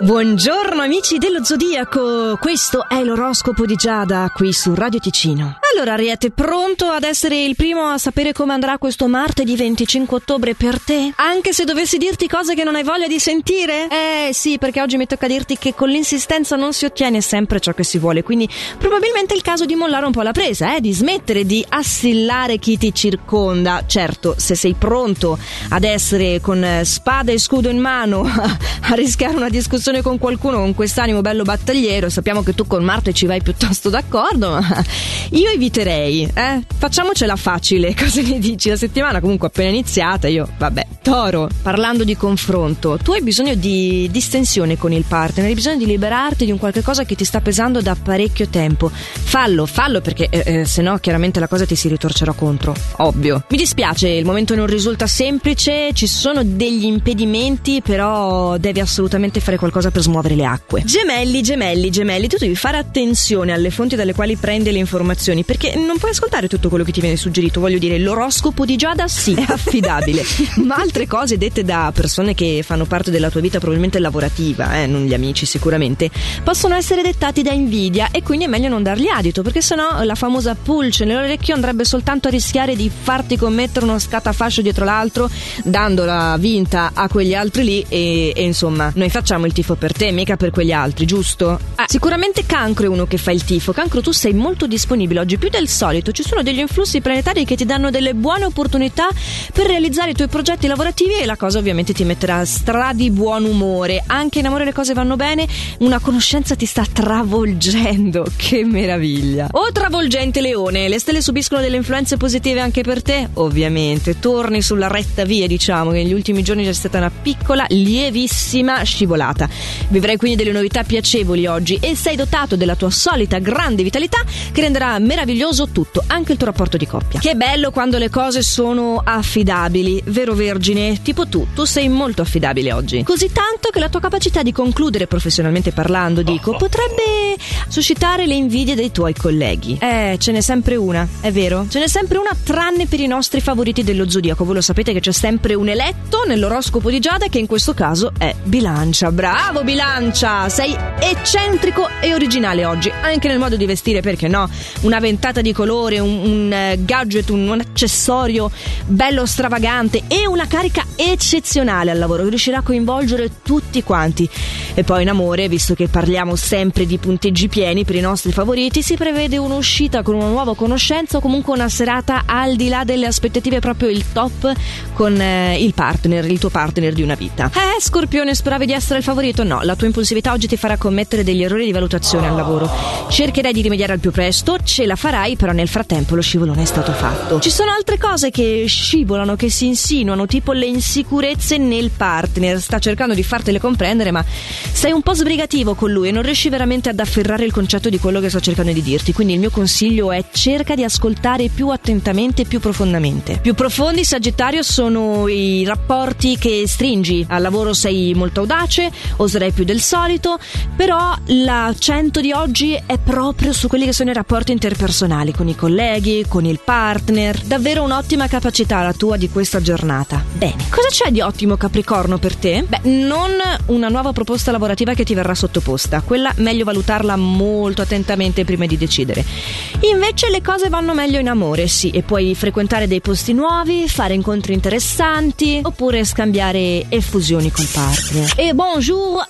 Buongiorno amici dello Zodiaco, questo è l'oroscopo di Giada qui su Radio Ticino. Allora Ariete, pronto ad essere il primo a sapere come andrà questo martedì 25 ottobre per te? Anche se dovessi dirti cose che non hai voglia di sentire? Sì, perché oggi mi tocca dirti che con l'insistenza non si ottiene sempre ciò che si vuole, quindi probabilmente è il caso di mollare un po' la presa, di smettere di assillare chi ti circonda. Certo, se sei pronto ad essere con spada e scudo in mano a rischiare una discussione con qualcuno con quest'animo bello battagliero, sappiamo che tu con Marte ci vai piuttosto d'accordo, ma io eviterei, facciamocela facile, cosa ne dici? La settimana comunque appena iniziata, Toro, parlando di confronto, tu hai bisogno di distensione con il partner, hai bisogno di liberarti di un qualche cosa che ti sta pesando da parecchio tempo. Fallo perché se no chiaramente la cosa ti si ritorcerà contro, ovvio. Mi dispiace, il momento non risulta semplice, ci sono degli impedimenti, però devi assolutamente fare qualcosa per smuovere le acque. Gemelli, tu devi fare attenzione alle fonti dalle quali prendi le informazioni, perché non puoi ascoltare tutto quello che ti viene suggerito. Voglio dire, l'oroscopo di Giada sì, è affidabile, ma altre cose dette da persone che fanno parte della tua vita probabilmente lavorativa, non gli amici sicuramente, possono essere dettati da invidia, e quindi è meglio non dargli adito, perché sennò la famosa pulce nell'orecchio andrebbe soltanto a rischiare di farti commettere uno scatafascio dietro l'altro, dandola vinta a quegli altri lì, e insomma noi facciamo il tifo per te, mica per quegli altri, giusto? Sicuramente Cancro è uno che fa il tifo. Cancro, tu sei molto disponibile oggi, più del solito. Ci sono degli influssi planetari che ti danno delle buone opportunità per realizzare i tuoi progetti lavorativi, e la cosa ovviamente ti metterà di buon umore. Anche in amore le cose vanno bene, una conoscenza ti sta travolgendo, che meraviglia. O travolgente Leone, le stelle subiscono delle influenze positive anche per te, ovviamente. Torni sulla retta via, diciamo che negli ultimi giorni c'è stata una piccola, lievissima scivolata. Vivrai quindi delle novità piacevoli oggi, e sei dotato della tua solita grande vitalità che renderà meraviglioso tutto, anche il tuo rapporto di coppia. Che bello quando le cose sono affidabili, vero Vergine? Tipo tu sei molto affidabile oggi, così tanto che la tua capacità di concludere professionalmente parlando, potrebbe suscitare le invidie dei tuoi colleghi. Ce n'è sempre una, è vero? Ce n'è sempre una, tranne per i nostri favoriti dello Zodiaco. Voi lo sapete che c'è sempre un eletto nell'oroscopo di Giada, che in questo caso è Bilancia. Bravo Bilancia, sei eccentrico e originale oggi, anche nel modo di vestire, perché no? Una ventata di colore, un gadget, un accessorio bello stravagante e una carica eccezionale al lavoro che riuscirà a coinvolgere tutti quanti. E poi in amore, visto che parliamo sempre di punteggi pieni per i nostri favoriti, si prevede un'uscita con una nuova conoscenza, o comunque una serata al di là delle aspettative, proprio il top con il tuo partner di una vita. Scorpione, speravi di essere il favorito? No, la tua impulsività oggi ti farà commettere degli errori di valutazione al lavoro. Cercherai di rimediare al più presto, ce la farai, però nel frattempo lo scivolone è stato fatto. Ci sono altre cose che scivolano, che si insinuano, tipo le insicurezze nel partner. Sta cercando di fartele comprendere, ma sei un po' sbrigativo con lui e non riesci veramente ad afferrare il concetto di quello che sto cercando di dirti. Quindi il mio consiglio è: cerca di ascoltare più attentamente e più profondamente. Più profondi, Sagittario, sono i rapporti che stringi. Al lavoro sei molto audace, oserai più del solito, però l'accento di oggi è proprio su quelli che sono i rapporti interpersonali con i colleghi, con il partner. Davvero un'ottima capacità la tua di questa giornata. Bene, cosa c'è di ottimo Capricorno per te? Non una nuova proposta lavorativa che ti verrà sottoposta, quella meglio valutarla molto attentamente prima di decidere. Invece le cose vanno meglio in amore, sì, e puoi frequentare dei posti nuovi, fare incontri interessanti, oppure scambiare effusioni col partner. E bonjour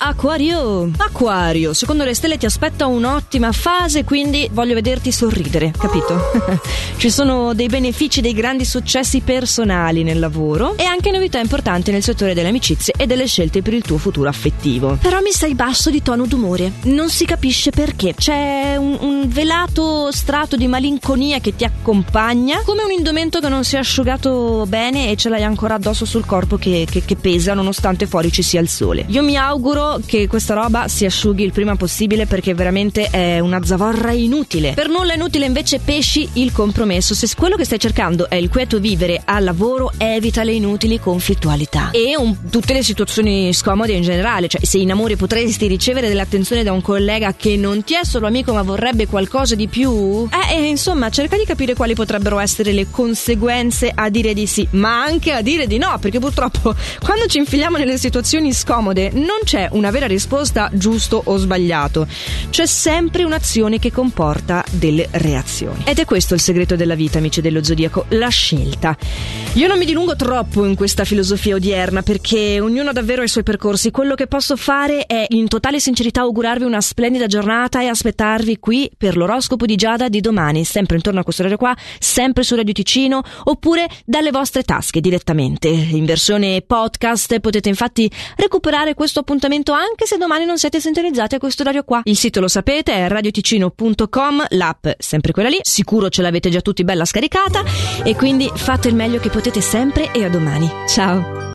Acquario, secondo le stelle ti aspetta un'ottima fase, quindi voglio vederti sorridere, capito? Ci sono dei benefici, dei grandi successi personali nel lavoro, e anche novità importanti nel settore delle amicizie e delle scelte per il tuo futuro affettivo. Però mi stai basso di tono d'umore, non si capisce perché. C'è un velato strato di malinconia che ti accompagna, come un indumento che non si è asciugato bene e ce l'hai ancora addosso sul corpo che pesa nonostante fuori ci sia il sole. Io mi auguro che questa roba si asciughi il prima possibile, perché veramente è una zavorra inutile. Per nulla inutile invece pesci il compromesso. Se quello che stai cercando è il quieto vivere al lavoro, evita le inutili conflittualità e tutte le situazioni scomode in generale. Cioè, se in amore potresti ricevere dell'attenzione da un collega che non ti è solo amico ma vorrebbe qualcosa di più, insomma, cerca di capire quali potrebbero essere le conseguenze a dire di sì, ma anche a dire di no, perché purtroppo quando ci infiliamo nelle situazioni scomode non c'è una vera risposta giusto o sbagliato, c'è sempre un'azione che comporta delle reazioni. Ed è questo il segreto della vita, amici dello Zodiaco, la scelta. Io non mi dilungo troppo in questa filosofia odierna perché ognuno ha davvero i suoi percorsi. Quello che posso fare è in totale sincerità augurarvi una splendida giornata e aspettarvi qui per l'oroscopo di Giada di domani, sempre intorno a questo orario qua, sempre su Radio Ticino, oppure dalle vostre tasche direttamente. In versione podcast potete infatti recuperare questo appuntamento anche se domani non siete sintonizzati a questo orario qua. Il sito lo sapete, è radioticino.com, l'app sempre quella lì, sicuro ce l'avete già tutti bella scaricata, e quindi fate il meglio che potete sempre e a domani. Ciao!